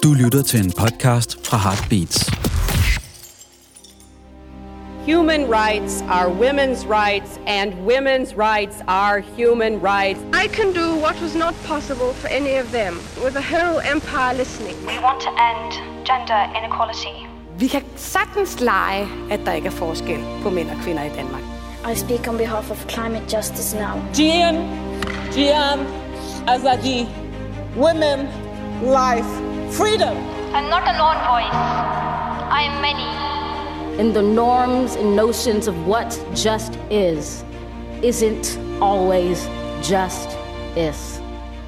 Du lytter til en podcast fra Heartbeats. Human rights are women's rights, and women's rights are human rights. I can do what was not possible for any of them, with the whole empire listening. We want to end gender inequality. Vi kan sagtens lege, at der ikke er forskel på mænd og kvinder i Danmark. I speak on behalf of climate justice now. Gian, Azadi, women, life, freedom. I'm not a lone voice. I am many. And the norms and notions of what just is isn't always just is.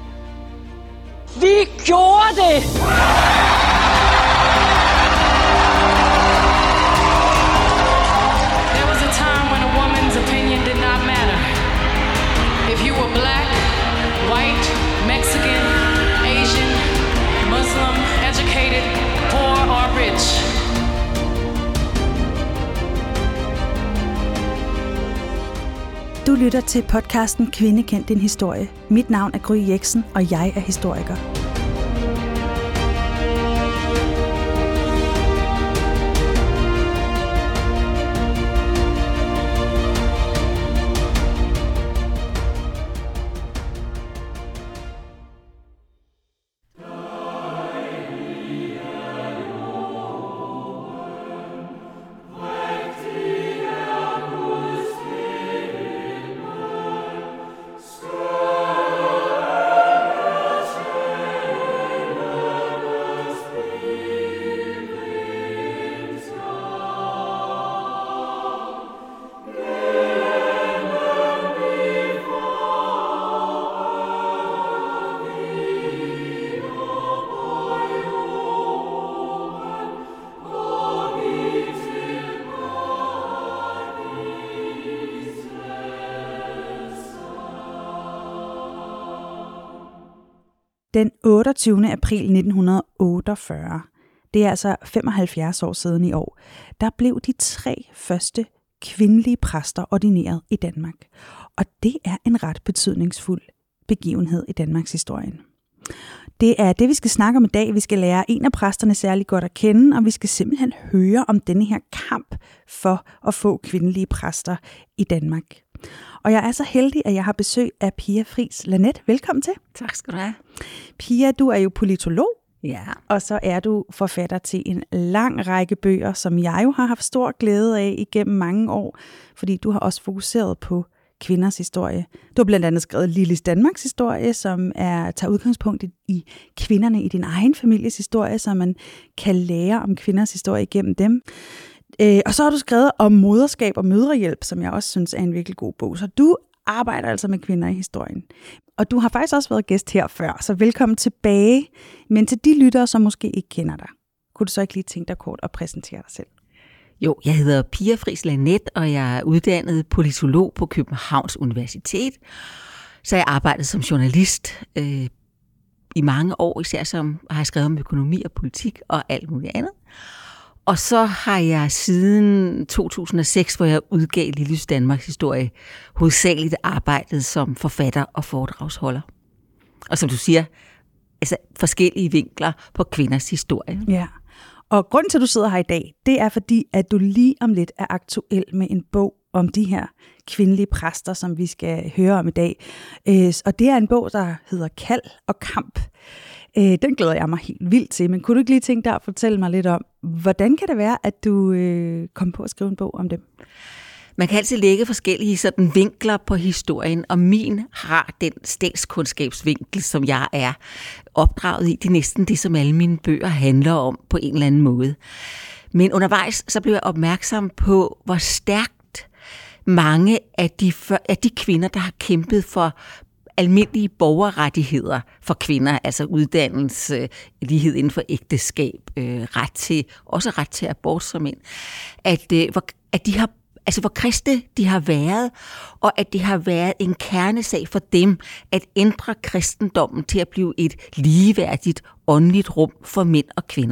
Vi gjorde det! There was a time when a woman's opinion did not matter. If you were black, white, Mexican, Asian, Muslim, educated, poor or rich. Du lytter til podcasten Kvinde kend din historie. Mit navn er Gry Jeksen, og jeg er historiker. Den 28. april 1948, det er altså 75 år siden i år, der blev de 3 første kvindelige præster ordineret i Danmark. Og det er en ret betydningsfuld begivenhed i Danmarks historien. Det er det, vi skal snakke om i dag. Vi skal lære en af præsterne særlig godt at kende, og vi skal simpelthen høre om denne her kamp for at få kvindelige præster i Danmark. Og jeg er så heldig, at jeg har besøg af Pia Fris Lanet. Velkommen til. Tak skal du have. Pia, du er jo politolog, ja. Og så er du forfatter til en lang række bøger, som jeg jo har haft stor glæde af igennem mange år, fordi du har også fokuseret på kvinders historie. Du har blandt andet skrevet Lillis Danmarks historie, som tager udgangspunkt i kvinderne i din egen families historie, så man kan lære om kvinders historie igennem dem. Og så har du skrevet om moderskab og mødrehjælp, som jeg også synes er en virkelig god bog. Så du arbejder altså med kvinder i historien. Og du har faktisk også været gæst her før, så velkommen tilbage. Men til de lyttere, som måske ikke kender dig, kunne du så ikke lige tænke dig kort at præsentere dig selv? Jo, jeg hedder Pia Fris Lanet, og jeg er uddannet politolog på Københavns Universitet. Så jeg arbejdede som journalist i mange år, især har jeg skrevet om økonomi og politik og alt muligt andet. Og så har jeg siden 2006, hvor jeg udgav Lillis Danmarks historie, hovedsageligt arbejdet som forfatter og foredragsholder. Og som du siger, altså forskellige vinkler på kvinders historie. Ja, og grunden til, at du sidder her i dag, det er fordi, at du lige om lidt er aktuel med en bog om de her kvindelige præster, som vi skal høre om i dag. Og det er en bog, der hedder Kald og Kamp. Den glæder jeg mig helt vildt til, men kunne du ikke lige tænke dig at fortælle mig lidt om, hvordan kan det være, at du kom på at skrive en bog om dem? Man kan altid lægge forskellige sådan vinkler på historien, og min har den statskundskabsvinkel, som jeg er opdraget i. Det er næsten det, som alle mine bøger handler om på en eller anden måde. Men undervejs så blev jeg opmærksom på, hvor stærkt mange af de kvinder, der har kæmpet for almindelige borgerrettigheder for kvinder, altså uddannelse, lighed inden for ægteskab, ret til abort som mænd, at de har, altså hvor kristne de har været, og at det har været en kernesag for dem at ændre kristendommen til at blive et ligeværdigt åndeligt rum for mænd og kvinder.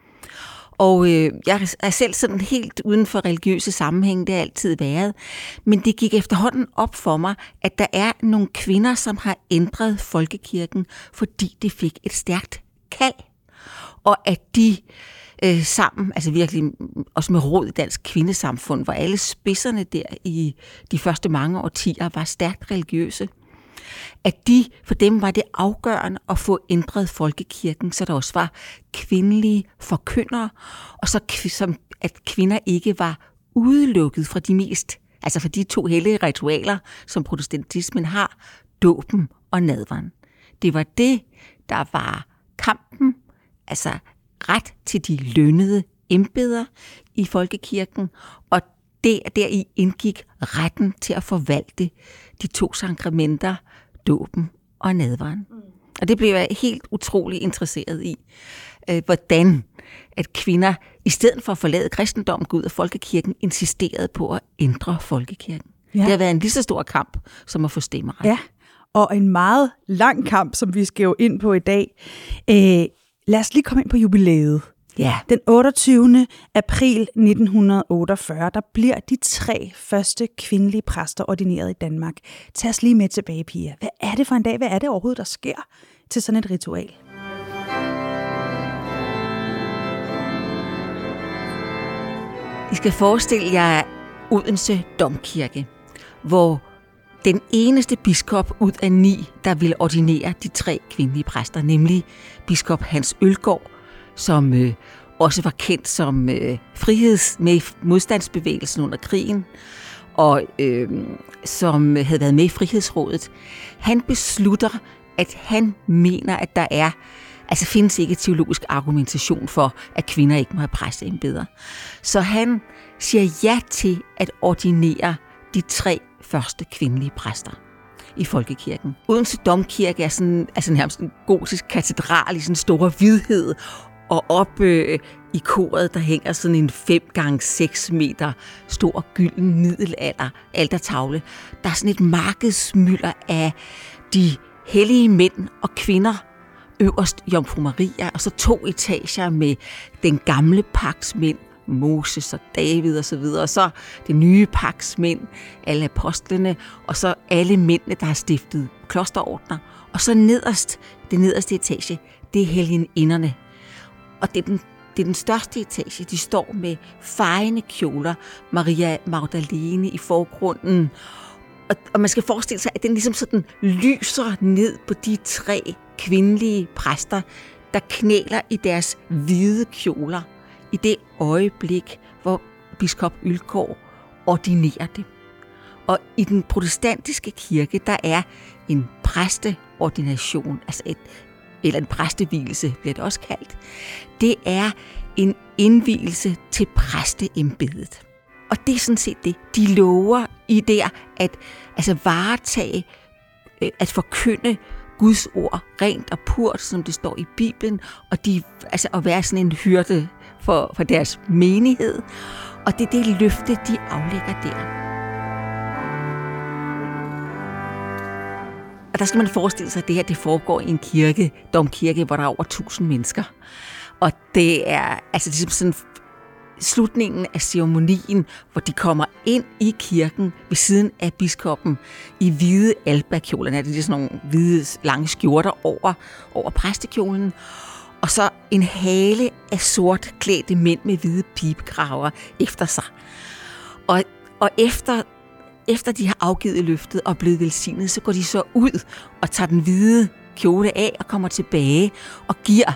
Og jeg er selv sådan helt uden for religiøse sammenhæng, det har altid været. Men det gik efterhånden op for mig, at der er nogle kvinder, som har ændret folkekirken, fordi det fik et stærkt kald. og at de sammen, altså virkelig også med rod i dansk kvindesamfund, hvor alle spidserne der i de første mange årtier var stærkt religiøse, at for dem var det afgørende at få ændret folkekirken, så der også var kvindelige forkyndere, og så at kvinder ikke var udelukket fra fra de 2 hellige ritualer, som protestantismen har, dåben og nadveren. Det var det, der var kampen, altså ret til de lønnede embeder i folkekirken, og deri indgik retten til at forvalte de 2 sakramenter, dåben og nadveren. Og det blev jeg helt utrolig interesseret i, hvordan at kvinder, i stedet for at forlade kristendommen, gå ud af folkekirken, insisterede på at ændre folkekirken. Ja. Det har været en lige så stor kamp, som at få stemmeret. Ja, og en meget lang kamp, som vi skal jo ind på i dag. Lad os lige komme ind på jubilæet. Ja. Den 28. april 1948, der bliver de 3 første kvindelige præster ordineret i Danmark. Tag os lige med tilbage, Pia. Hvad er det for en dag? Hvad er det overhovedet, der sker til sådan et ritual? I skal forestille jer Odense Domkirke, hvor den eneste biskop ud af 9, der ville ordinere de 3 kvindelige præster, nemlig biskop Hans Ølgaard, som også var kendt som med modstandsbevægelsen under krigen, og som havde været med i Frihedsrådet. Han beslutter, at han mener, at der findes ikke teologisk argumentation for, at kvinder ikke må have præsteembeder. Så han siger ja til at ordinere de 3 første kvindelige præster i folkekirken. Odense Domkirke er sådan, nærmest en gotisk katedral i sådan store hvidhed, og oppe i koret, der hænger sådan en 5x6 meter stor gylden middelalder altertavle. Der er sådan et markedsmylder af de hellige mænd og kvinder. Øverst Jomfru Maria, og så 2 etager med den gamle pagts mænd, Moses og David og så videre, og så det nye pagts mænd, alle apostlene, og så alle mændene, der har stiftet klosterordner. Og så det nederste etage, det er helgeninderne. Og det er den største etage. De står med fejende kjoler, Maria Magdalene i forgrunden. Og man skal forestille sig, at den ligesom sådan lyser ned på de 3 kvindelige præster, der knæler i deres hvide kjoler i det øjeblik, hvor biskop Ølgaard ordinerer dem. Og i den protestantiske kirke, der er en præsteordination, eller en præstevielse bliver det også kaldt. Det er en indvielse til præsteembedet. Og det er sådan set det. De lover i der at varetage, at forkynde Guds ord rent og purt, som det står i Bibelen, og at være sådan en hyrde for deres menighed. Og det er det løfte, de aflægger der. Og der skal man forestille sig, at det her det foregår i en kirke, domkirke, hvor der er over 1000 mennesker. Og det er ligesom sådan slutningen af ceremonien, hvor de kommer ind i kirken ved siden af biskoppen i hvide albakjoler. Det er sådan nogle hvide, lange skjorter over præstekjolen. Og så en hale af sort klædte mænd med hvide pibekraver efter sig. Og efter de har afgivet løftet og blevet velsignet, så går de så ud og tager den hvide kjole af og kommer tilbage og giver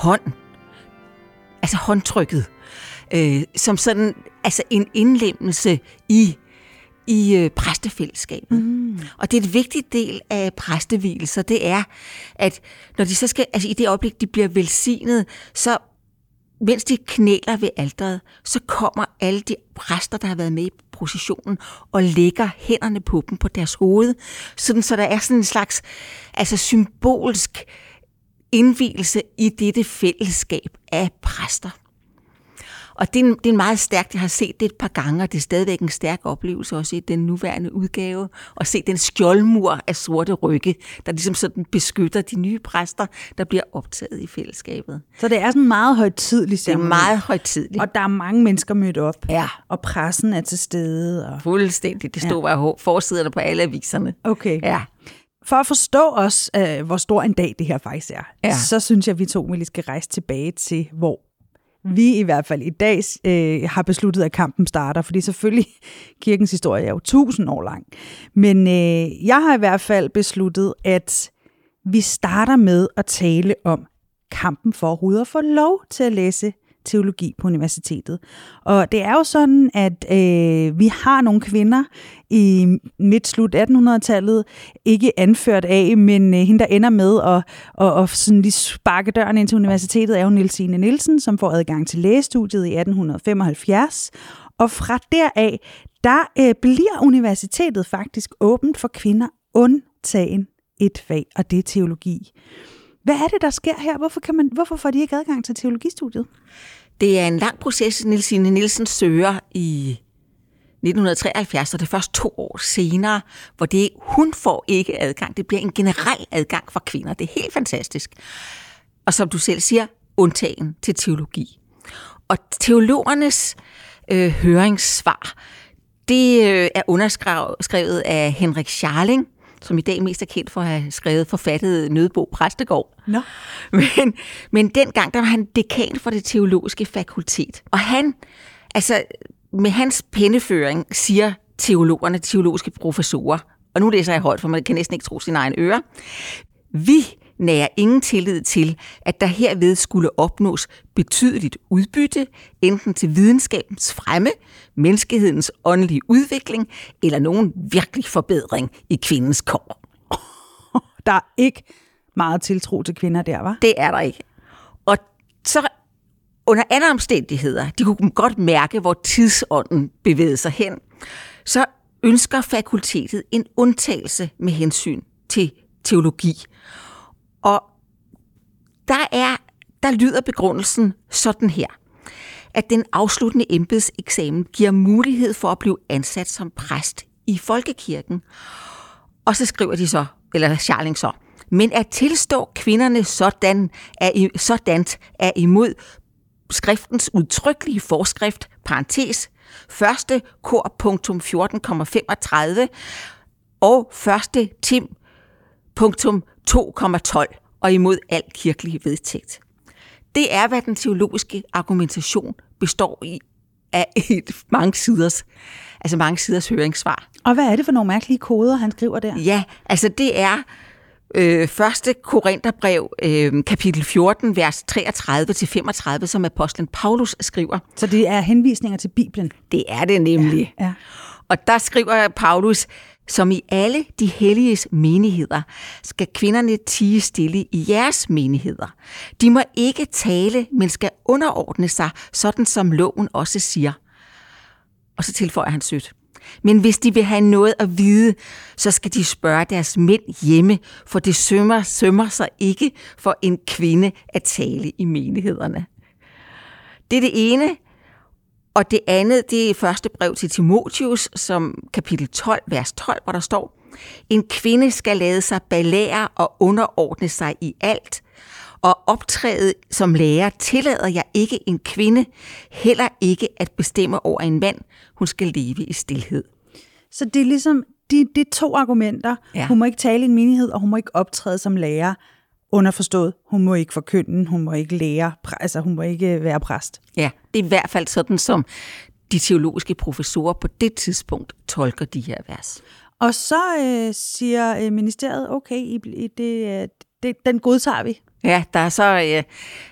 håndtrykket, som sådan en indlemmelse i præstefællesskabet. Mm. Og det er et vigtigt del af præstevielser, det er, at når de så skal, i det øjeblik, de bliver velsignet, så mens de knæler ved alteret, så kommer alle de præster, der har været med i processionen, og lægger hænderne på dem på deres hoved, sådan, så der er sådan en slags symbolsk indvielse i dette fællesskab af præster. Og det er en meget stærkt, jeg har set det et par gange, og det er stadigvæk en stærk oplevelse også i den nuværende udgave, at se den skjoldmur af sorte rygge, der ligesom sådan beskytter de nye præster, der bliver optaget i fællesskabet. Så det er sådan meget højtideligt ceremoni. Det er meget højtideligt. Og der er mange mennesker mødt op. Ja. Og pressen er til stede. Og... Fuldstændig. Det stod bare forsiderne på alle aviserne. Okay. Ja. For at forstå os, hvor stor en dag det her faktisk er, så synes jeg, at vi lige skal rejse tilbage til, hvor vi i hvert fald i dag har besluttet, at kampen starter. Fordi selvfølgelig, kirkens historie er jo 1000 år lang. Men jeg har i hvert fald besluttet, at vi starter med at tale om kampen for overhovedet at få lov til at læse teologi på universitetet. Og det er jo sådan, at vi har nogle kvinder i midt-slut 1800-tallet, ikke anført af, men hende, der ender med at sådan lige sparke døren ind til universitetet, er jo Nielsine Nielsen, som får adgang til lægestudiet i 1875. Og fra deraf, der bliver universitetet faktisk åbent for kvinder, undtagen et fag, og det er teologi. Hvad er det, der sker her? Hvorfor får de ikke adgang til teologistudiet? Det er en lang proces, Nielsine Nielsen søger i 1973, og det er først 2 år senere, hvor hun får ikke adgang. Det bliver en generel adgang for kvinder. Det er helt fantastisk. Og som du selv siger, undtagen til teologi. Og teologernes høringssvar, det er underskrevet af Henrik Scharling, som i dag mest er kendt for at have forfattet Nødebo Præstegård. No. Men dengang, der var han dekan for det teologiske fakultet. Og han, altså med hans penneføring, siger teologerne, teologiske professorer, og nu læser jeg højt, for man kan næsten ikke tro sine egne ører, vi nærer ingen tillid til, at der herved skulle opnås betydeligt udbytte, enten til videnskabens fremme, menneskehedens åndelige udvikling, eller nogen virkelig forbedring i kvindens kår. Der er ikke meget tiltro til kvinder der, hva'? Det er der ikke. Og så under andre omstændigheder, de kunne godt mærke, hvor tidsånden bevægede sig hen, så ønsker fakultetet en undtagelse med hensyn til teologi. Og der lyder begrundelsen sådan her, at den afsluttende embedseksamen giver mulighed for at blive ansat som præst i folkekirken. Og så skriver de så, eller Scharling så, men at tilstå kvinderne sådan er imod skriftens udtrykkelige forskrift, parentes, første kor punktum 14,35 og første tim punktum 2,12 og imod al kirkelig vedtægt. Det er, hvad den teologiske argumentation består i af mange siders høringssvar. Og hvad er det for nogle mærkelige koder, han skriver der? Ja, altså det er første Korintherbrev, kapitel 14, vers 33-35, som apostlen Paulus skriver. Så det er henvisninger til Bibelen? Det er det nemlig. Ja. Og der skriver Paulus, som i alle de helliges menigheder, skal kvinderne tie stille i jeres menigheder. De må ikke tale, men skal underordne sig, sådan som loven også siger. Og så tilføjer han sødt. Men hvis de vil have noget at vide, så skal de spørge deres mænd hjemme, for det sømmer sig ikke for en kvinde at tale i menighederne. Det er det ene. Og det andet, det er første brev til Timotheus, som kapitel 12, vers 12, hvor der står, en kvinde skal lade sig belære og underordne sig i alt, og optræde som lærer tillader jeg ikke en kvinde, heller ikke at bestemme over en mand. Hun skal leve i stilhed. Så det er ligesom de 2 argumenter. Ja. Hun må ikke tale i en menighed, og hun må ikke optræde som lærer. Underforstået, hun må ikke forkynde, hun må ikke lære, altså hun må ikke være præst. Ja, det er i hvert fald sådan, som de teologiske professorer på det tidspunkt tolker de her vers. Og så siger ministeriet, okay, den godtager vi. Ja, der er så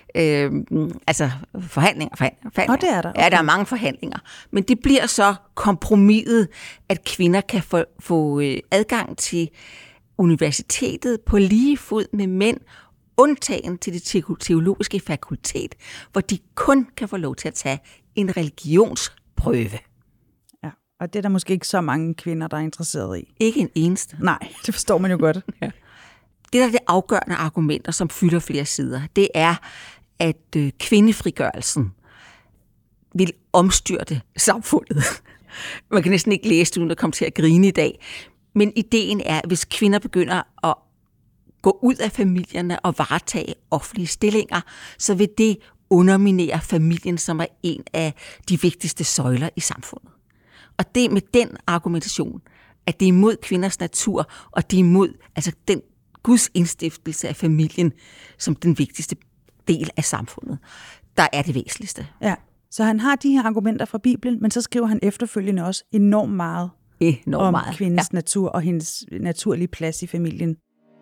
forhandlinger. Og det er der. Okay. Ja, der er mange forhandlinger. Men det bliver så kompromiset, at kvinder kan få adgang til universitetet på lige fod med mænd, undtagen til det teologiske fakultet, hvor de kun kan få lov til at tage en religionsprøve. Ja, og det er der måske ikke så mange kvinder, der er interesseret i. Ikke en eneste. Nej, det forstår man jo godt. Ja. Det, der er det afgørende argumenter, som fylder flere sider, det er, at kvindefrigørelsen vil omstyrte samfundet. Man kan næsten ikke læse det, uden at komme til at grine i dag. Men ideen er, at hvis kvinder begynder at gå ud af familierne og varetage offentlige stillinger, så vil det underminere familien, som er en af de vigtigste søjler i samfundet. Og det med den argumentation at det er imod kvinders natur, og det er imod altså den Guds indstiftelse af familien som den vigtigste del af samfundet, der er det væsentligste. Ja, så han har de her argumenter fra Bibelen, men så skriver han efterfølgende også enormt meget om kvindens natur og hendes naturlige plads i familien.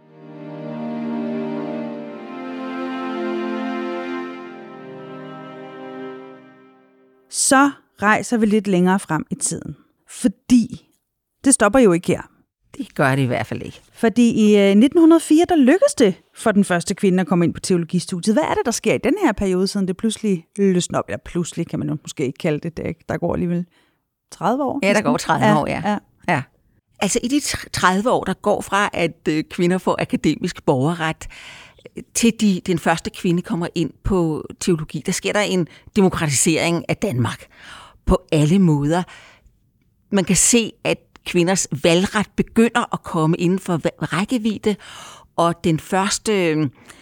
Så rejser vi lidt længere frem i tiden, fordi det stopper jo ikke her. Det gør det i hvert fald ikke. Fordi i 1904, der lykkedes det for den første kvinde at komme ind på teologistudiet. Hvad er det, der sker i den her periode, siden det pludselig løsner op? Eller pludselig kan man jo måske ikke kalde det. Der går alligevel 30 år. Ja, der går 30 år, ja. Altså i de 30 år, der går fra, at kvinder får akademisk borgerret, til den første kvinde kommer ind på teologi, der sker der en demokratisering af Danmark på alle måder. Man kan se, at kvinders valgret begynder at komme inden for rækkevidde, og den første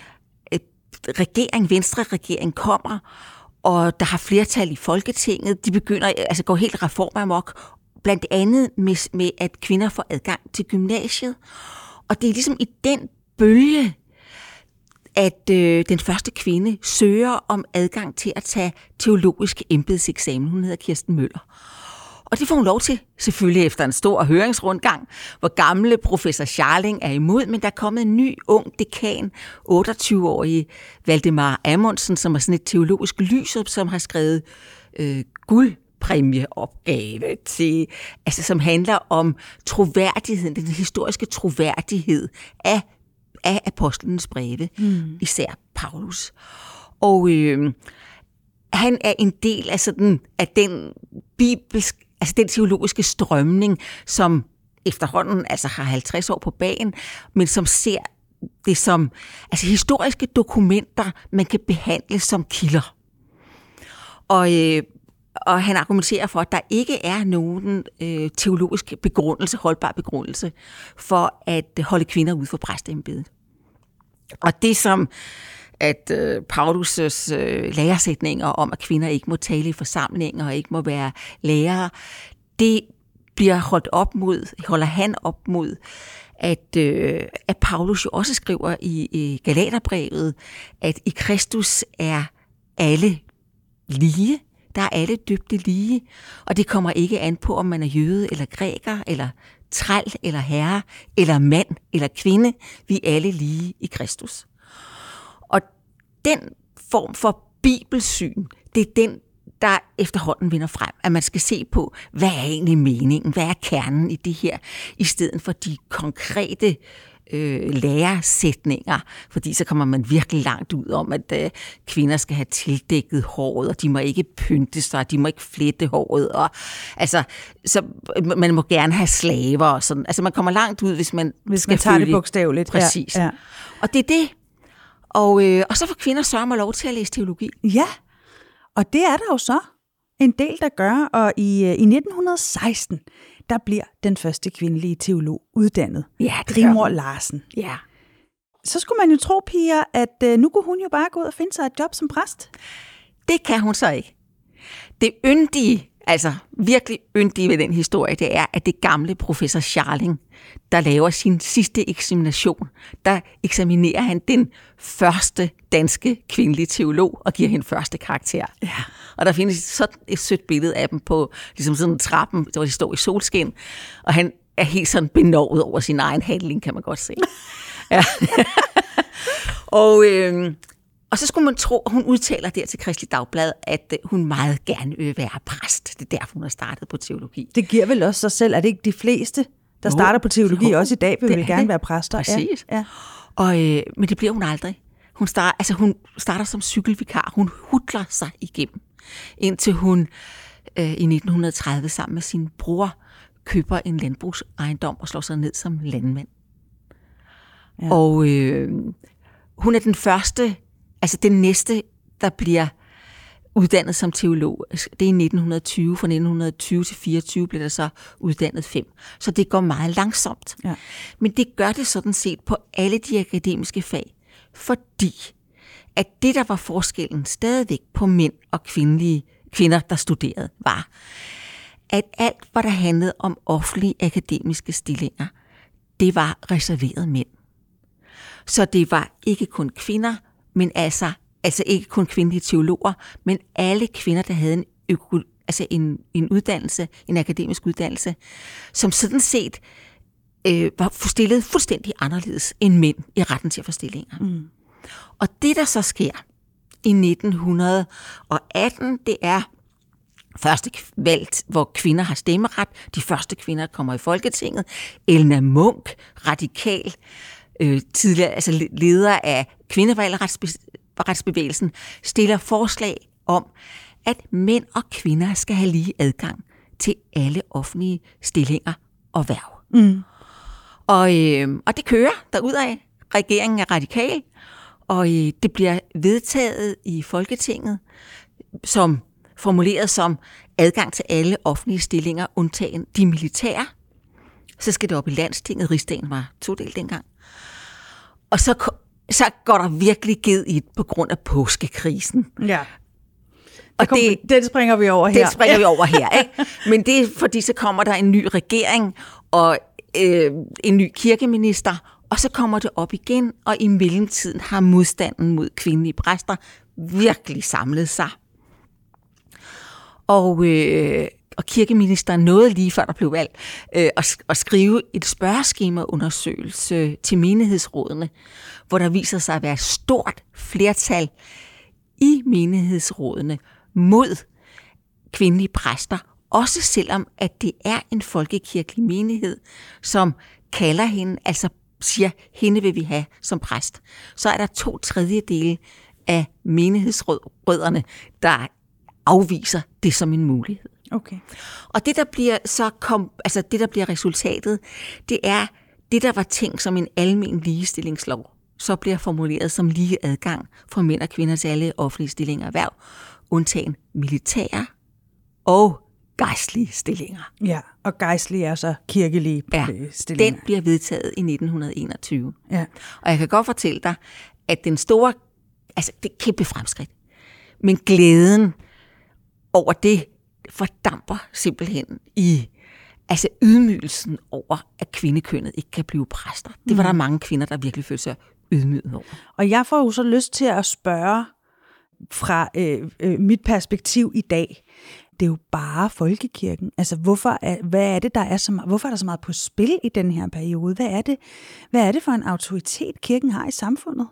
Venstre-regering kommer, og der har flertal i Folketinget. De begynder altså gå helt reformamok, blandt andet med, at kvinder får adgang til gymnasiet. Og det er ligesom i den bølge, at den første kvinde søger om adgang til at tage teologisk embedseksamen. Hun hedder Kirsten Møller. Og det får hun lov til, selvfølgelig efter en stor høringsrundgang, hvor gamle professor Scharling er imod, men der er kommet en ny, ung dekan, 28-årige Valdemar Amundsen, som er sådan et teologisk lys, som har skrevet guldpræmieopgave til, altså som handler om troværdigheden, den historiske troværdighed af apostlenes breve, især Paulus. Og han er en del af den altså den teologiske strømning, som efterhånden altså har 50 år på bagen, men som ser det som altså historiske dokumenter, man kan behandle som kilder. Og han argumenterer for, at der ikke er nogen teologisk holdbar begrundelse for at holde kvinder ude for præsteembedet. Og det som at Paulus' læresætninger om, at kvinder ikke må tale i forsamlinger og ikke må være lærere, det holder han op mod, at Paulus jo også skriver i Galaterbrevet, at i Kristus er alle lige. Der er alle døbte lige, og det kommer ikke an på, om man er jøde eller græker, eller træl eller herre, eller mand eller kvinde. Vi er alle lige i Kristus. Og den form for bibelsyn, det er den, der efterhånden vinder frem. At man skal se på, hvad er egentlig meningen? Hvad er kernen i det her? I stedet for de konkrete læresætninger, fordi så kommer man virkelig langt ud om, at kvinder skal have tildækket håret, og de må ikke pynte sig, de må ikke flette håret, og altså, så man må gerne have slaver og sådan. Altså man kommer langt ud, hvis man tager det bogstaveligt. Præcis. Ja. Og det er det. Og så får kvinder sørme lov til at læse teologi. Ja, og det er der jo så en del, der gør, og i 1916, der bliver den første kvindelige teolog uddannet. Ja, Rigmor Larsen. Ja. Så skulle man jo tro, piger, at nu kunne hun jo bare gå ud og finde sig et job som præst. Det kan hun så ikke. Det yndige, altså virkelig yndige ved den historie, det er, at det gamle professor Scharling, der laver sin sidste eksamination, der eksaminerer han den første danske kvindelige teolog og giver hende første karakter. Ja. Og der findes sådan et sødt billede af dem på ligesom sådan en trappen, hvor de står i solskin, og han er helt sådan benovet over sin egen handling, kan man godt se. Ja. Og så skulle man tro, at hun udtaler der til Kristeligt Dagblad, at hun meget gerne vil være præst. Det er derfor, hun har startet på teologi. Det giver vel også sig selv, at det ikke de fleste, der starter på teologi også i dag, vil gerne være præster. Præcis. Ja. Men det bliver hun aldrig. Hun starter som cykelvikar. Hun hutler sig igennem, indtil hun i 1930 sammen med sin bror køber en landbrugsejendom og slår sig ned som landmand. Ja. Og hun er den første, altså den næste, der bliver uddannet som teolog. Det er i 1920. Fra 1920 til 24 bliver der så uddannet 5. Så det går meget langsomt. Ja. Men det gør det sådan set på alle de akademiske fag, fordi at det, der var forskellen stadigvæk på mænd og kvinder, der studerede, var, at alt, hvad der handlede om offentlige akademiske stillinger, det var reserveret mænd. Så det var ikke kun kvinder, men altså ikke kun kvindelige teologer, men alle kvinder, der havde en uddannelse, en akademisk uddannelse, som sådan set var stillet fuldstændig anderledes end mænd i retten til at få stillinger. Mm. Og det, der så sker i 1918, det er første valg, hvor kvinder har stemmeret. De første kvinder kommer i Folketinget. Elna Munch, radikal, tidligere leder af kvindevalgretsbevægelsen, stiller forslag om, at mænd og kvinder skal have lige adgang til alle offentlige stillinger og hverv. Mm. Og det kører derudad. Regeringen er radikal, og det bliver vedtaget i Folketinget, som formuleret som adgang til alle offentlige stillinger, undtagen de militære. Så skal det op i Landstinget. Rigsdagen var todelt dengang. Og så går der virkelig ged i på grund af påskekrisen. Ja. Og det springer vi over her. Det springer vi over her, ikke? Men det er fordi, så kommer der en ny regering og en ny kirkeminister, og så kommer det op igen, og i mellemtiden har modstanden mod kvindelige præster virkelig samlet sig. Og kirkeministeren nåede lige før der blev valgt at skrive et spørgeskemaundersøgelse til menighedsrådene, hvor der viser sig at være et stort flertal i menighedsrådene mod kvindelige præster, også selvom at det er en folkekirkelig menighed, som kalder hende, altså siger, hende vil vi have som præst. Så er der 2/3 af menighedsrødderne, der afviser det som en mulighed. Okay. Og det, der bliver det, der bliver resultatet, det er det, der var tænkt som en almen ligestillingslov, så bliver formuleret som lige adgang for mænd og kvinder til alle offentlige stillinger og hverv, undtagen militære og gejstlige stillinger. Ja, og gejstlige er så kirkelige stillinger. Den bliver vedtaget i 1921. Ja. Og jeg kan godt fortælle dig, at den store, det er kæmpe fremskridt, men glæden over det fordamper simpelthen i ydmygelsen over, at kvindekønnet ikke kan blive præster. Det var der mange kvinder, der virkelig følte sig ydmyget over. Og jeg får jo så lyst til at spørge fra mit perspektiv i dag. Det er jo bare folkekirken. Altså, hvorfor er der så meget på spil i den her periode? Hvad er det for en autoritet, kirken har i samfundet?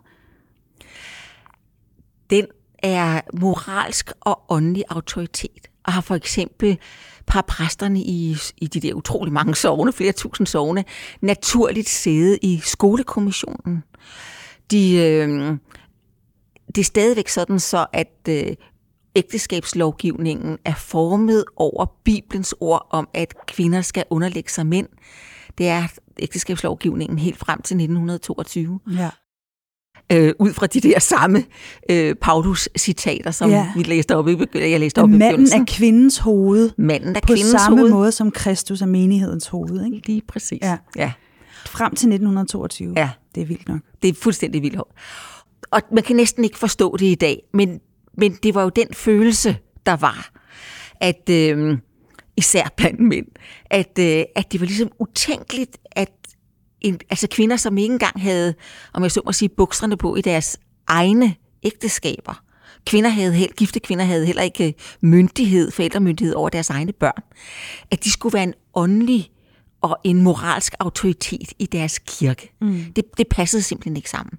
Den er moralsk og åndelig autoritet, og har for eksempel par præsterne i de der utrolig mange sogne, flere tusind sogne, naturligt siddet i skolekommissionen. Det er stadigvæk sådan så, at ægteskabslovgivningen er formet over Bibelens ord om, at kvinder skal underlægge sig mænd. Det er ægteskabslovgivningen helt frem til 1922. Ja. Ud fra de der samme Paulus-citater, som vi læste op i begyndelsen. Manden er kvindens hoved. Manden er på kvindens samme hoved. måde som Kristus er menighedens hoved. Ikke? Lige præcis. Ja. Frem til 1922. Ja. Det er vildt nok. Det er fuldstændig vildt. Og man kan næsten ikke forstå det i dag, men det var jo den følelse, der var, at især blandt mænd, at det var ligesom utænkeligt, at kvinder, som ikke engang havde, om jeg så må sige, bukserne på i deres egne ægteskaber. Gifte kvinder havde heller ikke forældremyndighed over deres egne børn. At de skulle være en åndelig og en moralsk autoritet i deres kirke. Mm. Det passede simpelthen ikke sammen.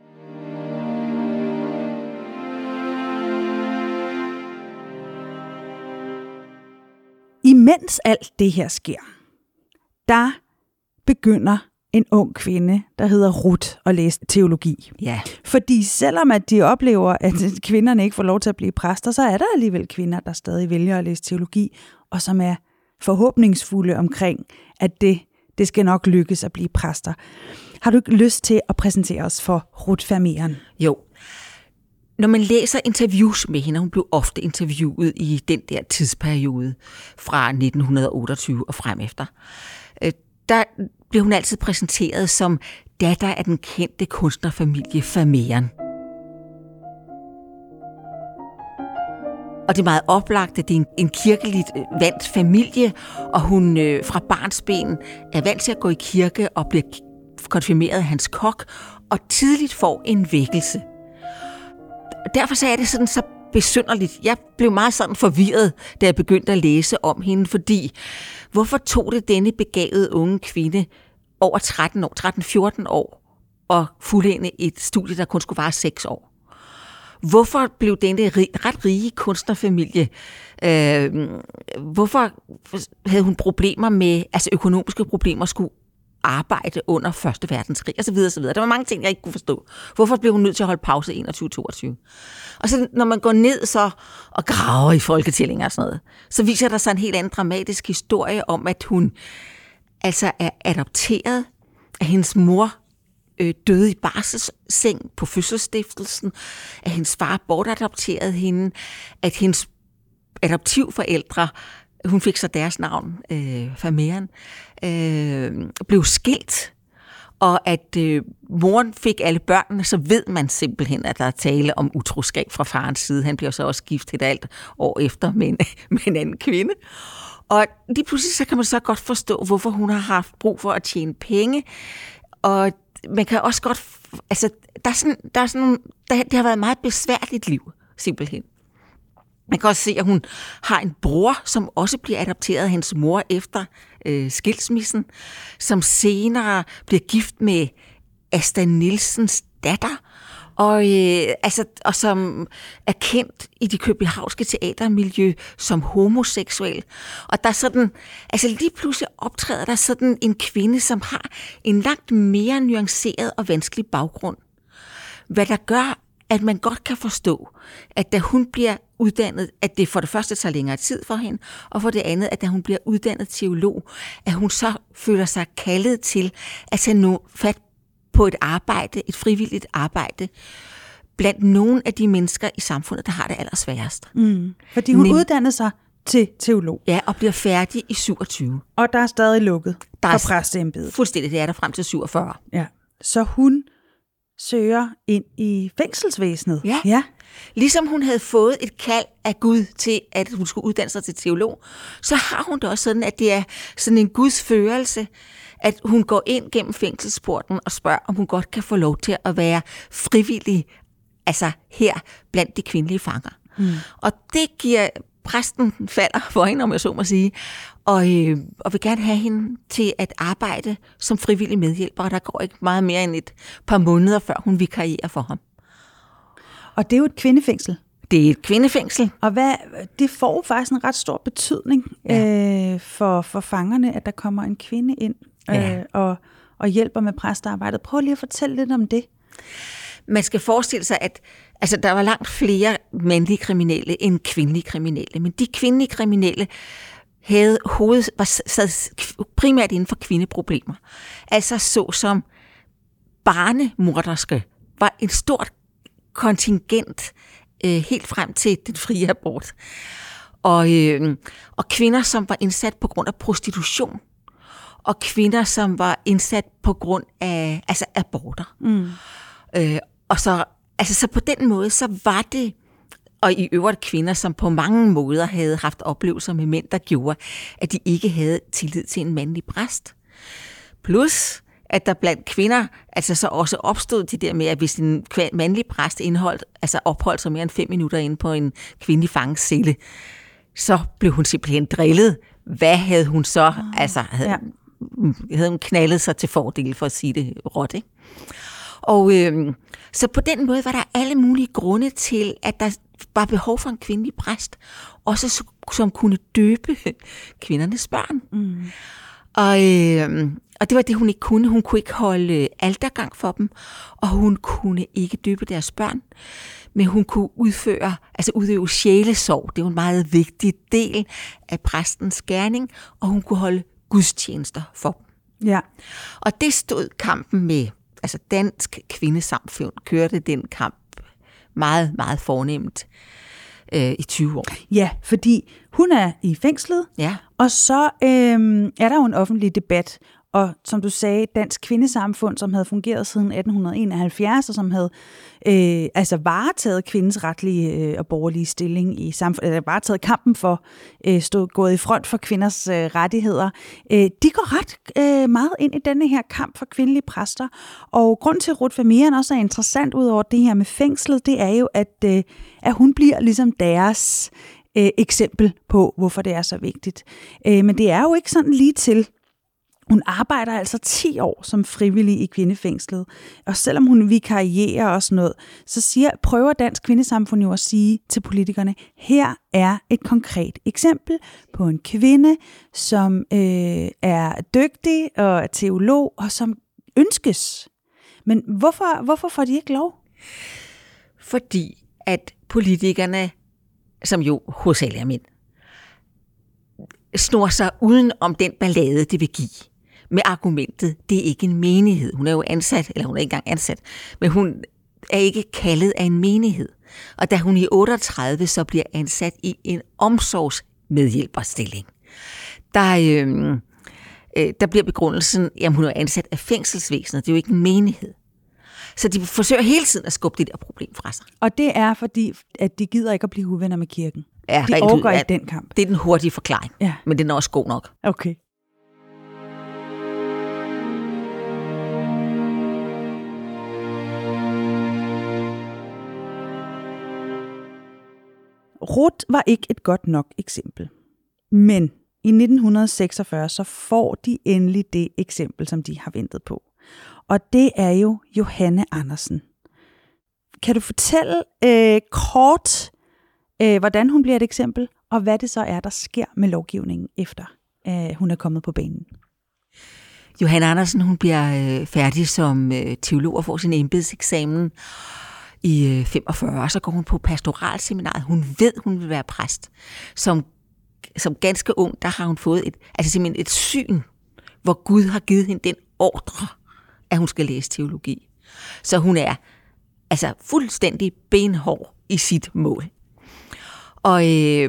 Imens alt det her sker, der begynder en ung kvinde, der hedder Ruth, at læse teologi. Ja. Fordi selvom at de oplever, at kvinderne ikke får lov til at blive præster, så er der alligevel kvinder, der stadig vælger at læse teologi, og som er forhåbningsfulde omkring, at det skal nok lykkes at blive præster. Har du ikke lyst til at præsentere os for Ruth Vermeeren? Jo. Når man læser interviews med hende, hun blev ofte interviewet i den der tidsperiode fra 1928 og frem efter, der blev hun altid præsenteret som datter af den kendte kunstnerfamilie Vermeeren. Og det er meget oplagt, at det er en kirkeligt vandt familie, og hun fra barnsben er vant til at gå i kirke og bliver konfirmeret af hans kok, og tidligt får en vækkelse. Derfor så er det sådan så besynderligt. Jeg blev meget sådan forvirret, da jeg begyndte at læse om hende, fordi hvorfor tog det denne begavede unge kvinde over 13-14 år og fuldende et studie, der kun skulle vare 6 år? Hvorfor blev denne ret rige kunstnerfamilie, hvorfor havde hun problemer med, altså økonomiske problemer, skulle arbejde under 1. verdenskrig, og så videre, så videre. Der var mange ting, jeg ikke kunne forstå. Hvorfor blev hun nødt til at holde pause 21-22? Og så når man går ned så og graver i folketællinger og sådan noget, så viser der sig en helt anden dramatisk historie om, at hun altså er adopteret, at hendes mor døde i barselsseng på fødselsstiftelsen, at hendes far bortadopterede hende, at hendes adoptivforældre, hun fik så deres navn, Fameren, blev skilt, og at moren fik alle børnene, så ved man simpelthen, at der er tale om utroskab fra farens side. Han bliver så også gift et alt år efter med en anden kvinde. Og lige pludselig så kan man så godt forstå, hvorfor hun har haft brug for at tjene penge, og man kan også godt, altså det har været et meget besværligt liv, simpelthen. Man kan også se, at hun har en bror, som også bliver adopteret af hendes mor efter skilsmissen, som senere bliver gift med Asta Nielsens datter, og som er kendt i det københavnske teatermiljø som homoseksuel. Og der er sådan, altså lige pludselig optræder der sådan en kvinde, som har en langt mere nuanceret og vanskelig baggrund. Hvad der gør, at man godt kan forstå, at da hun bliver uddannet, at det for det første tager længere tid for hende, og for det andet, at da hun bliver uddannet teolog, at hun så føler sig kaldet til at tage nu fat på et arbejde, et frivilligt arbejde, blandt nogle af de mennesker i samfundet, der har det allersværest. Fordi hun uddannede sig til teolog. Ja, og bliver færdig i 27. Og der er stadig lukket for præsteembedet. Fuldstændig, det er der frem til 47. Ja. Så hun søger ind i fængselsvæsenet. Ja. Ligesom hun havde fået et kald af Gud til, at hun skulle uddanne sig til teolog, så har hun det også sådan, at det er sådan en Guds førelse, at hun går ind gennem fængselsporten og spørger, om hun godt kan få lov til at være frivillig, altså her blandt de kvindelige fanger. Og det giver præsten falder for hende, om jeg så må sige, og vil gerne have hende til at arbejde som frivillig medhjælper, og der går ikke meget mere end et par måneder, før hun vikarierer for ham. Og det er jo et kvindefængsel. Det er et kvindefængsel. Og det får faktisk en ret stor betydning for fangerne, at der kommer en kvinde ind og hjælper med præstearbejdet. Prøv lige at fortælle lidt om det. Man skal forestille sig, at altså, der var langt flere mandlige kriminelle end kvindelige kriminelle, men de kvindelige kriminelle sad primært inden for kvindeproblemer. Altså såsom barnemorderske var en stort kontingent helt frem til den frie abort. Og kvinder, som var indsat på grund af prostitution, og kvinder, som var indsat på grund af aborter. Og så på den måde, så var det, og i øvrigt kvinder, som på mange måder havde haft oplevelser med mænd, der gjorde, at de ikke havde tillid til en mandlig præst. Plus, at der blandt kvinder altså så også opstod det der med, at hvis en mandlig præst opholdt sig mere end 5 minutter inde på en kvindelig fangecelle, så blev hun simpelthen drillet. Hvad havde hun så? Havde hun knaldet sig til fordel, for at sige det råt, ikke? Og så på den måde var der alle mulige grunde til, at der var behov for en kvindelig præst, også som kunne døbe kvindernes børn. Og det var det, hun ikke kunne. Hun kunne ikke holde altergang for dem, og hun kunne ikke døbe deres børn. Men hun kunne udøve sjælesorg. Det var en meget vigtig del af præstens gerning, og hun kunne holde gudstjenester for dem. Ja. Og det stod kampen med, altså Dansk Kvindesamfund kørte den kamp meget, meget fornemt i 20 år. Ja, fordi hun er i fængslet, og så er der jo en offentlig debat Og som du sagde, Dansk Kvindesamfund, som havde fungeret siden 1871, og som havde varetaget kvindens retlige og borgerlige stilling i samfundet, eller varetaget kampen for, gået i front for kvinders rettigheder, de går ret meget ind i denne her kamp for kvindelige præster. Og grund til, at Ruth Vermeeren også er interessant ud over det her med fængslet, det er jo, at hun bliver ligesom deres eksempel på, hvorfor det er så vigtigt. Men det er jo ikke sådan lige til. Hun arbejder altså 10 år som frivillig i kvindefængslet, og selvom hun vikarierer og sådan noget, så prøver Dansk Kvindesamfund jo at sige til politikerne, her er et konkret eksempel på en kvinde, som er dygtig og er teolog, og som ønskes. Men hvorfor får de ikke lov? Fordi at politikerne, som jo hovedsageligt er mænd, snor sig uden om den ballade, det vil give. Med argumentet, det er ikke en menighed. Hun er jo ansat, eller hun er ikke engang ansat, men hun er ikke kaldet af en menighed. Og da hun i 38 så bliver ansat i en omsorgsmedhjælperstilling, der bliver begrundelsen, jamen hun er ansat af fængselsvæsenet, det er jo ikke en menighed. Så de forsøger hele tiden at skubbe det der problem fra sig. Og det er fordi, at de gider ikke at blive uvenner med kirken. Ja, de overgår ikke den kamp. Det er den hurtige forklaring, men den er også god nok. Okay. Ruth var ikke et godt nok eksempel. Men i 1946 så får de endelig det eksempel, som de har ventet på. Og det er jo Johanne Andersen. Kan du fortælle kort, hvordan hun bliver et eksempel, og hvad det så er, der sker med lovgivningen, efter hun er kommet på banen? Johanne Andersen, hun bliver færdig som teolog og får sin embedseksamen i 45, så går hun på pastoralseminaret. Hun ved, hun vil være præst. Som ganske ung, der har hun fået simpelthen et syn, hvor Gud har givet hende den ordre, at hun skal læse teologi. Så hun er fuldstændig benhård i sit mål. Og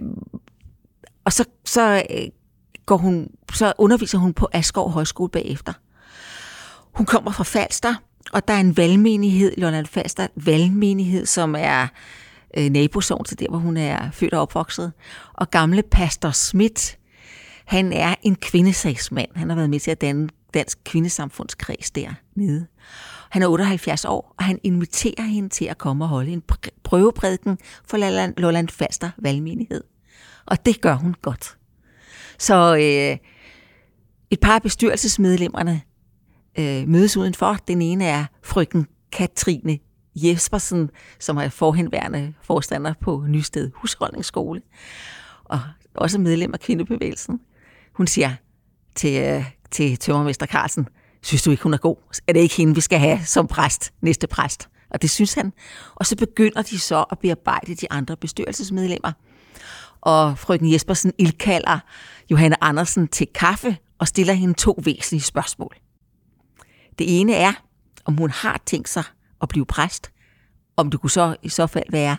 så underviser hun på Askov Højskole bagefter. Hun kommer fra Falster, og der er en valgmenighed, Lolland Falster valgmenighed, som er nabosogn til der, hvor hun er født og opvokset. Og gamle pastor Schmidt, han er en kvindesagsmand. Han har været med til at danne Dansk Kvindesamfundskreds dernede. Han er 78 år, og han inviterer hende til at komme og holde en prøveprædiken for Lolland Falster valgmenighed. Og det gør hun godt. Så et par af bestyrelsesmedlemmerne mødes udenfor. Den ene er frøken Katrine Jespersen, som er forhenværende forstander på Nysted Husholdningsskole, og også medlem af kvindebevægelsen. Hun siger til tømrermester Carlsen, synes du ikke, hun er god? Er det ikke hende, vi skal have som præst, næste præst? Og det synes han. Og så begynder de så at bearbejde de andre bestyrelsesmedlemmer. Og frøken Jespersen indkalder Johanne Andersen til kaffe og stiller hende 2 væsentlige spørgsmål. Det ene er, om hun har tænkt sig at blive præst, om det kunne så i så fald være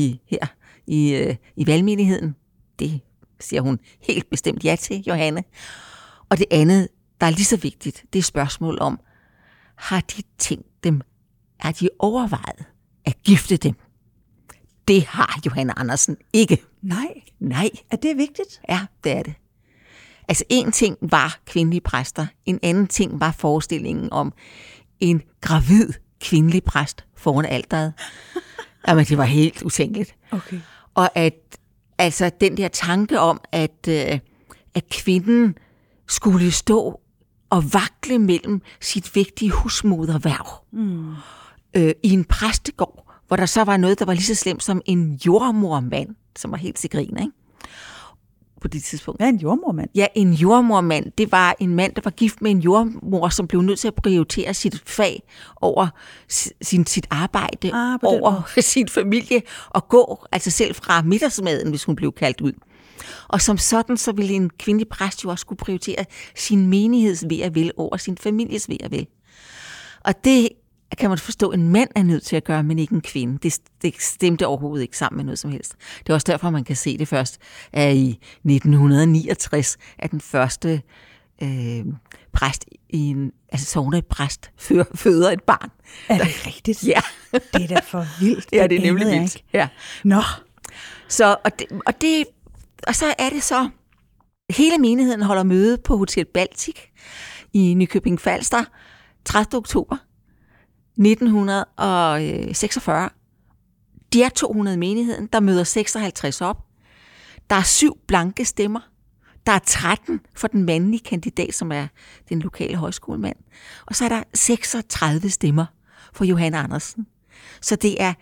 i valgmenigheden. Det siger hun helt bestemt ja til, Johanne. Og det andet, der er lige så vigtigt, det er spørgsmål om, har de overvejet at gifte dem? Det har Johanne Andersen ikke. Nej. Er det vigtigt? Ja, det er det. En ting var kvindelige præster, en anden ting var forestillingen om en gravid kvindelig præst foran alteret. Jamen, det var helt utænkeligt. Okay. Og at den der tanke om, at kvinden skulle stå og vakle mellem sit vigtige husmoderhverv i en præstegård, hvor der så var noget, der var lige så slemt som en jordmormand, som var helt til grin, ikke? På det tidspunkt. Hvad er en jordmormand? Ja, en jordmormand, det var en mand, der var gift med en jordmor, som blev nødt til at prioritere sit fag over sit arbejde, over sin familie, og gå selv fra middagsmaden, hvis hun blev kaldt ud. Og som sådan, så ville en kvindelig præst jo også skulle prioritere sin menigheds ve og vel over sin families ve og vel. Og det kan man forstå, en mand er nødt til at gøre, men ikke en kvinde. Det stemte overhovedet ikke sammen med noget som helst. Det er også derfor, man kan se det først, at i 1969 er den første præst sognepræst føder et barn. Er det rigtigt? Ja. Det er da for vildt. Ja, det er nemlig vildt. Ja. Nå. Så, og så er det så, hele menigheden holder møde på Hotel Baltic i Nykøbing Falster 30. oktober 1946. De er 200 i menigheden, der møder 56 op. Der er 7 blanke stemmer. Der er 13 for den mandlige kandidat, som er den lokale højskolemand. Og så er der 36 stemmer for Johanne Andersen. Så det er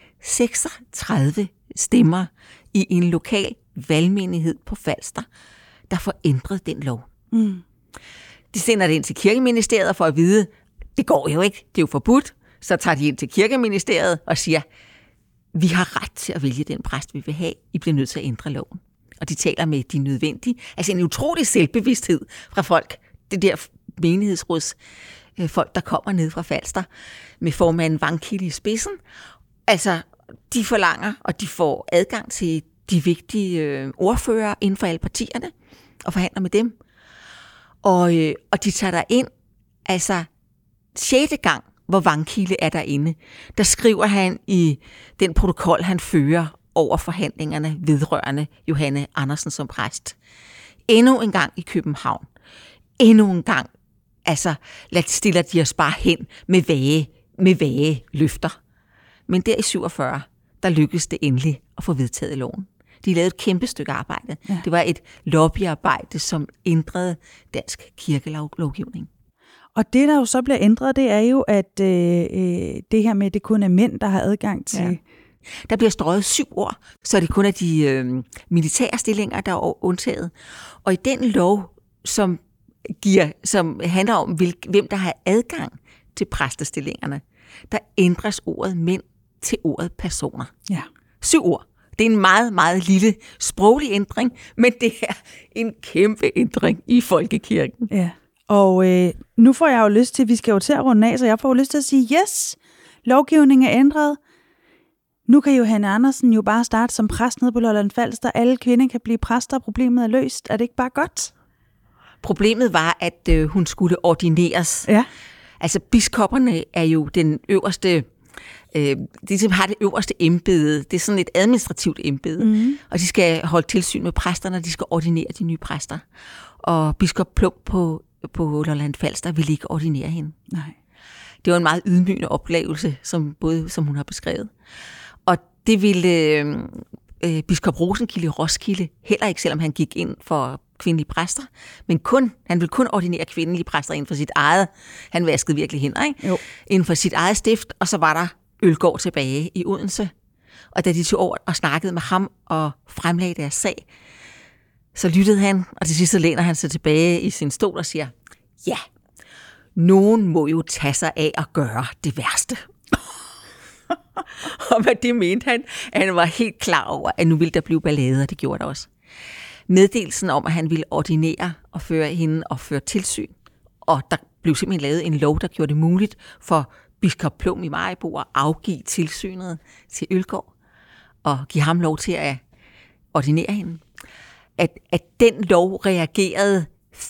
36 stemmer i en lokal valgmenighed på Falster, der får ændret den lov. Mm. De sender det ind til Kirkeministeriet for at vide, det går jo ikke, det er jo forbudt. Så tager de ind til Kirkeministeriet og siger, vi har ret til at vælge den præst, vi vil have. I bliver nødt til at ændre loven. Og de taler med de nødvendige. Altså en utrolig selvbevidsthed fra folk. Det der menighedsråds folk, der kommer ned fra Falster med formanden Vangkilde i spidsen. Altså, de forlanger, og de får adgang til de vigtige ordfører inden for alle partierne og forhandler med dem. Og de tager der ind, altså 6. gang, hvor Vangkilde er derinde, der skriver han i den protokol, han fører over forhandlingerne vedrørende Johanne Andersen som præst. Endnu en gang i København. Endnu en gang, altså stiller de os bare hen med vage løfter. Men der i 47, der lykkedes det endelig at få vedtaget loven. De lavede et kæmpe stykke arbejde. Ja. Det var et lobbyarbejde, som ændrede dansk kirkelovgivning. Og det, der jo så bliver ændret, det er jo, at det her med, at det kun er mænd, der har adgang til... Ja. Der bliver strøget 7 år, så det kun er de militære stillinger, der er undtaget. Og i den lov, som handler om, hvem der har adgang til præstestillingerne, der ændres ordet mænd til ordet personer. Ja. 7 år. Det er en meget, meget lille sproglig ændring, men det er en kæmpe ændring i folkekirken. Ja. Og nu får jeg jo lyst til, vi skal jo til at runde af, så jeg får jo lyst til at sige, yes, lovgivningen er ændret. Nu kan Johanne Andersen jo bare starte som præst nede på Lolland Falster. Alle kvinder kan blive præster, problemet er løst. Er det ikke bare godt? Problemet var, at hun skulle ordineres. Ja. Altså, biskopperne er jo den øverste... de som har det øverste embede. Det er sådan et administrativt embede. Mm. Og de skal holde tilsyn med præsterne, og de skal ordinere de nye præster. Og biskop Plum på Lolland Falster ville ikke ordinere hende. Nej. Det var en meget ydmygende oplevelse, som hun har beskrevet. Og det ville biskop Rosenkilde i Roskilde heller ikke, selvom han gik ind for kvindelige præster, men han ville kun ordinere kvindelige præster inden for sit eget. Han vaskede virkelig hænder, ikke? Jo. Inden for sit eget stift, og så var der Ølgaard tilbage i Odense. Og da de tog over og snakkede med ham og fremlagde deres sag, så lyttede han, og til sidst så læner han sig tilbage i sin stol og siger, ja, nogen må jo tage sig af at gøre det værste. Og hvad det mente han, at han var helt klar over, at nu ville der blive ballade, og det gjorde der også. Meddelelsen om, at han ville ordinere og føre hende og føre tilsyn, og der blev simpelthen lavet en lov, der gjorde det muligt for biskop Plum i Maribo at afgive tilsynet til Ølgaard, og give ham lov til at ordinere hende. At den lov reagerede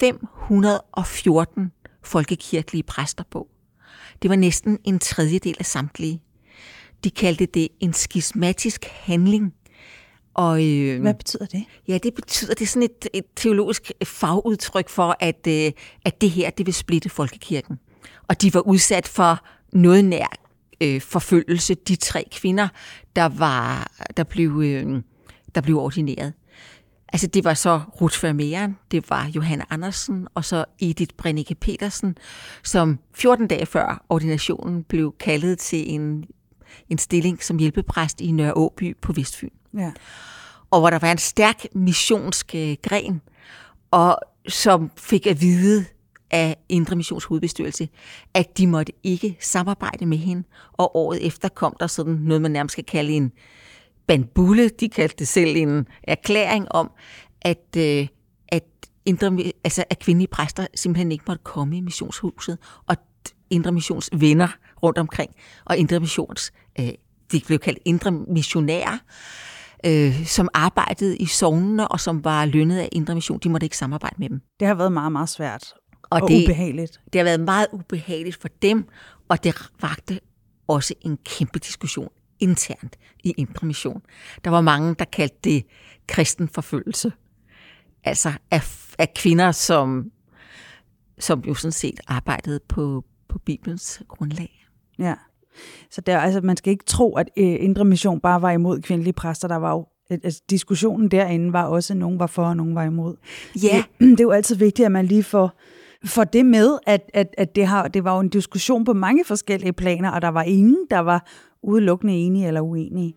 514 folkekirkelige præster på. Det var næsten en tredjedel af samtlige. De kaldte det en skismatisk handling. Og, hvad betyder det? Ja, det er sådan et teologisk fagudtryk for, at det her, det vil splitte folkekirken. Og de var udsat for noget nær forfølgelse, de 3 kvinder, der blev ordineret. Altså det var så Ruth Vermeeren, det var Johanne Andersen, og så Edith Brennecke Petersen, som 14 dage før ordinationen blev kaldet til en stilling som hjælpepræst i Nørre Åby på Vestfyn. Ja. Og hvor der var en stærk missionsk gren, og som fik at vide af Indre Missions hovedbestyrelse, at de måtte ikke samarbejde med hende. Og året efter kom der sådan noget, man nærmest skal kalde en bandbulle. De kaldte det selv en erklæring om, at kvindelige præster simpelthen ikke måtte komme i missionshuset, og Indre Missions venner rundt omkring, og Indre Missions, de blev kaldt indre missionærer, som arbejdede i sognene, og som var lønnet af Indre Mission, de måtte ikke samarbejde med dem. Det har været meget, meget svært Og ubehageligt. Det har været meget ubehageligt for dem, og det vagte også en kæmpe diskussion internt i Indre Mission. Der var mange, der kaldte det kristenforfølgelse. Altså af kvinder, som jo sådan set arbejdede på Bibelens grundlag. Ja, så man skal ikke tro, at Indre Mission bare var imod kvindelige præster. Der var jo diskussionen derinde var også, at nogen var for, og nogen var imod. Ja. Det er jo altid vigtigt, at man lige får det med, at det var jo en diskussion på mange forskellige planer, og der var ingen, der var udelukkende enige eller uenige.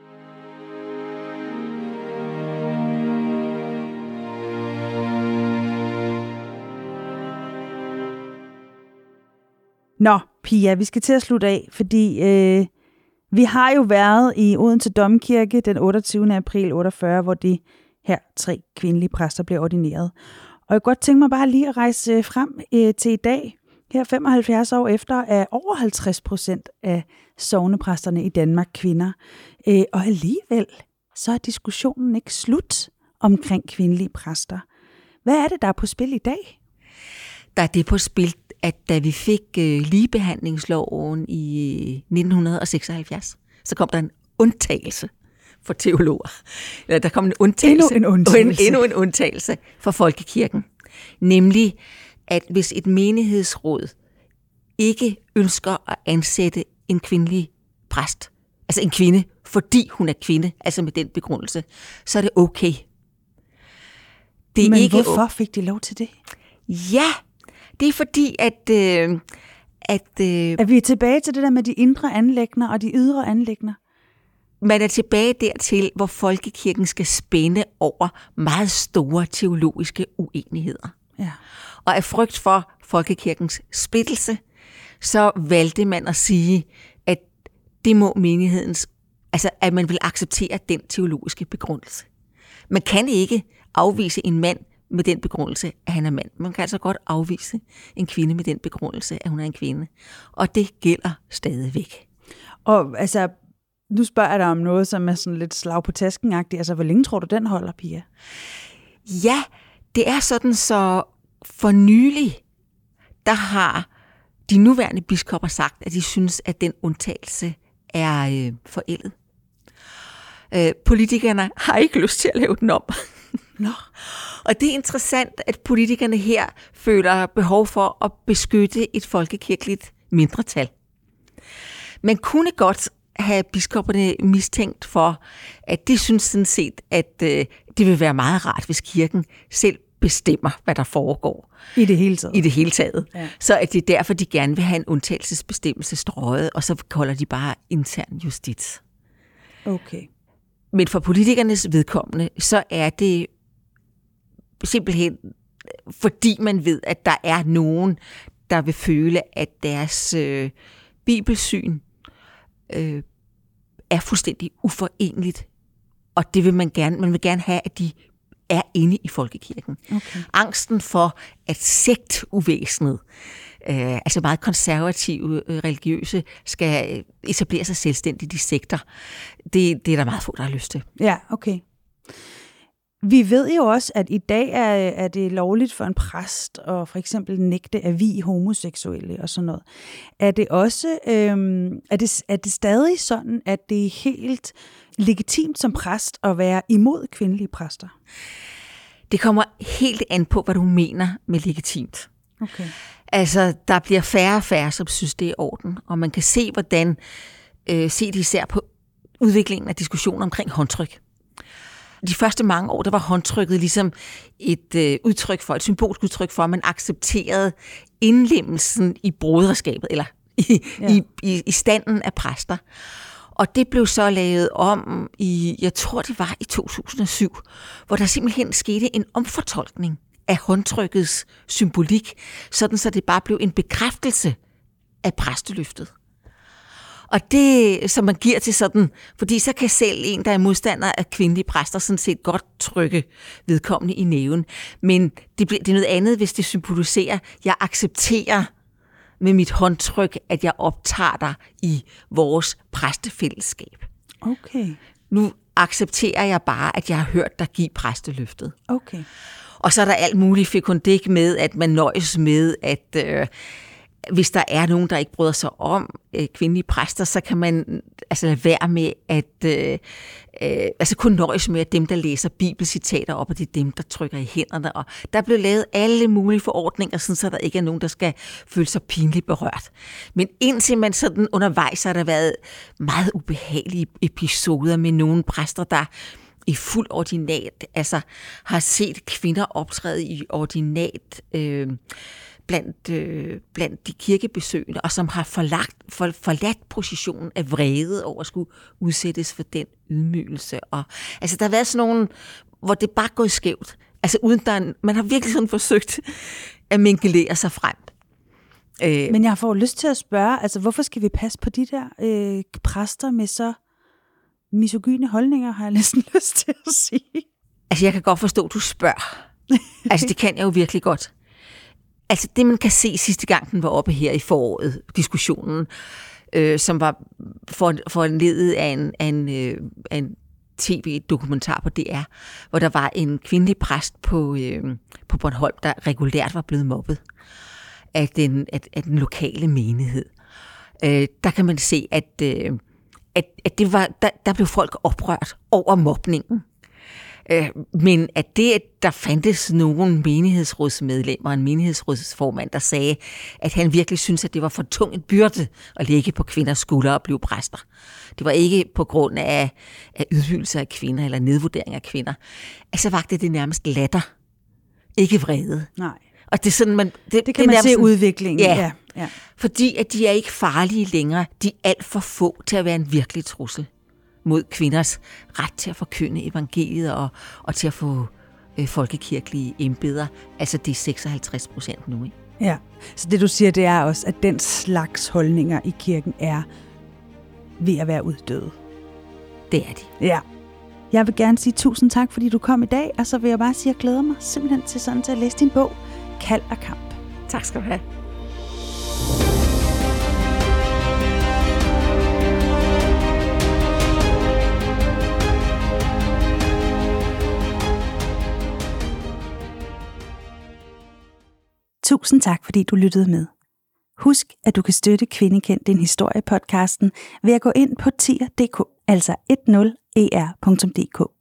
Nå, Pia, vi skal til at slutte af, fordi vi har jo været i Odense Domkirke den 28. april 48, hvor de her 3 kvindelige præster blev ordineret. Og jeg kunne godt tænke mig bare lige at rejse frem til i dag. Her 75 år efter er over 50% af sognepræsterne i Danmark kvinder. Og alligevel så er diskussionen ikke slut omkring kvindelige præster. Hvad er det, der er på spil i dag? Der er det på spil, at da vi fik ligebehandlingsloven i 1976, så kom der en undtagelse for teologer. Eller der kom en undtagelse. Endnu en undtagelse for folkekirken. Nemlig, at hvis et menighedsråd ikke ønsker at ansætte en kvindelig præst, altså en kvinde, fordi hun er kvinde, altså med den begrundelse, så er det okay. Det er Men ikke hvorfor fik de lov til det? Ja, det er fordi, at vi er tilbage til det der med de indre anliggender og de ydre anliggender? Man er tilbage dertil, hvor folkekirken skal spænde over meget store teologiske uenigheder. Ja. Og af frygt for folkekirkens splittelse, så valgte man at sige, at det må menighedens, altså at man vil acceptere den teologiske begrundelse. Man kan ikke afvise en mand med den begrundelse, at han er mand. Man kan altså godt afvise en kvinde med den begrundelse, at hun er en kvinde. Og det gælder stadigvæk. Og altså, nu spørger jeg dig om noget, som er sådan lidt slag på tasken-agtigt. Altså, hvor længe tror du, den holder, Pia? Ja, det er sådan, så for nylig, der har de nuværende biskopper sagt, at de synes, at den undtagelse er forældet. Politikerne har ikke lyst til at lave den om. Nå. Og det er interessant, at politikerne her føler behov for at beskytte et folkekirkeligt mindretal. Man kunne godt have biskopperne mistænkt for, at de synes sådan set, at det vil være meget rart, hvis kirken selv bestemmer, hvad der foregår. I det hele taget. I det hele taget. Ja. Så at det er derfor, de gerne vil have en undtagelsesbestemmelse strøget, og så holder de bare intern justits. Okay. Men for politikernes vedkommende, så er det simpelthen, fordi man ved, at der er nogen, der vil føle, at deres bibelsyn er fuldstændig uforenligt. Og det vil man vil gerne have, at de er inde i folkekirken. Okay. Angsten for, at sektuvæsenet, altså meget konservative religiøse, skal etablere sig selvstændigt i sekter, det er der meget få, der har lyst til. Ja, okay. Vi ved jo også, at i dag er det lovligt for en præst at for eksempel nægte at vie homoseksuelle og sådan noget. Er det også er det stadig sådan, at det er helt legitimt som præst at være imod kvindelige præster? Det kommer helt an på, hvad du mener med legitimt. Okay. Altså, der bliver færre og færre, som synes, det er i orden. Og man kan se, hvordan, se det især på udviklingen af diskussioner omkring håndtryk. De første mange år, der var håndtrykket ligesom et udtryk for, et symbolsk udtryk for, at man accepterede indlemmelsen i broderskabet, eller i standen af præster. Og det blev så lavet om jeg tror det var i 2007, hvor der simpelthen skete en omfortolkning af håndtrykkets symbolik, sådan så det bare blev en bekræftelse af præsteløftet. Og det, som man giver til sådan, fordi så kan selv en, der er modstander af kvindelige præster, sådan set godt trykke vedkommende i næven. Men det er noget andet, hvis det symboliserer, jeg accepterer med mit håndtryk, at jeg optager dig i vores præstefællesskab. Okay. Nu accepterer jeg bare, at jeg har hørt dig give præsteløftet. Okay. Og så er der alt muligt fikundik med, at man nøjes med, at hvis der er nogen, der ikke bryder sig om kvindelige præster, så kan man lade være med at kun nøjes med, at dem, der læser bibelcitater op, og det er dem, der trykker i hænderne. Og der blev lavet alle mulige forordninger, så der ikke er nogen, der skal føle sig pinligt berørt. Men indtil man sådan undervejs har der været meget ubehagelige episoder med nogle præster, der i fuld ordinat, har set kvinder optræde i ordinat blandt de kirkebesøgende, og som har forladt positionen af vrede over at skulle udsættes for den ydmygelse. Og der har været sådan nogle, hvor det bare er gået skævt. Uden man har virkelig sådan forsøgt at mingelere sig frem. Men jeg får lyst til at spørge, hvorfor skal vi passe på de der præster med så misogyne holdninger, har jeg næsten lyst til at sige. Jeg kan godt forstå, at du spørger. Det kan jeg jo virkelig godt. Det, man kan se sidste gang, den var oppe her i foråret, diskussionen, som var foranlediget af en tv-dokumentar på DR, hvor der var en kvindelig præst på Bornholm, der regulært var blevet mobbet af den lokale menighed. Der kan man se, at det var, der blev folk oprørt over mobningen. Men at der fandtes nogle menighedsrådsmedlemmer og en menighedsrådsformand, der sagde, at han virkelig syntes, at det var for tung en byrde at lægge på kvinders skuldre og blive præster. Det var ikke på grund af ydmygelse af kvinder eller nedvurdering af kvinder. Vagte det nærmest latter. Ikke vrede. Nej. Og det er sådan, det kan man se udviklingen. Ja. Fordi at de er ikke farlige længere. De er alt for få til at være en virkelig trussel mod kvinders ret til at forkynde evangeliet og til at få folkekirkelige embeder. Det er 56% nu, ikke? Ja, så det du siger, det er også, at den slags holdninger i kirken er ved at være uddøde. Det er de. Ja. Jeg vil gerne sige tusind tak, fordi du kom i dag, og så vil jeg bare sige, at jeg glæder mig simpelthen til at læse din bog, Kald og Kamp. Tak skal du have. Tusind tak, fordi du lyttede med. Husk, at du kan støtte Kvindekend din historie-podcasten ved at gå ind på tier.dk, altså 10er.dk.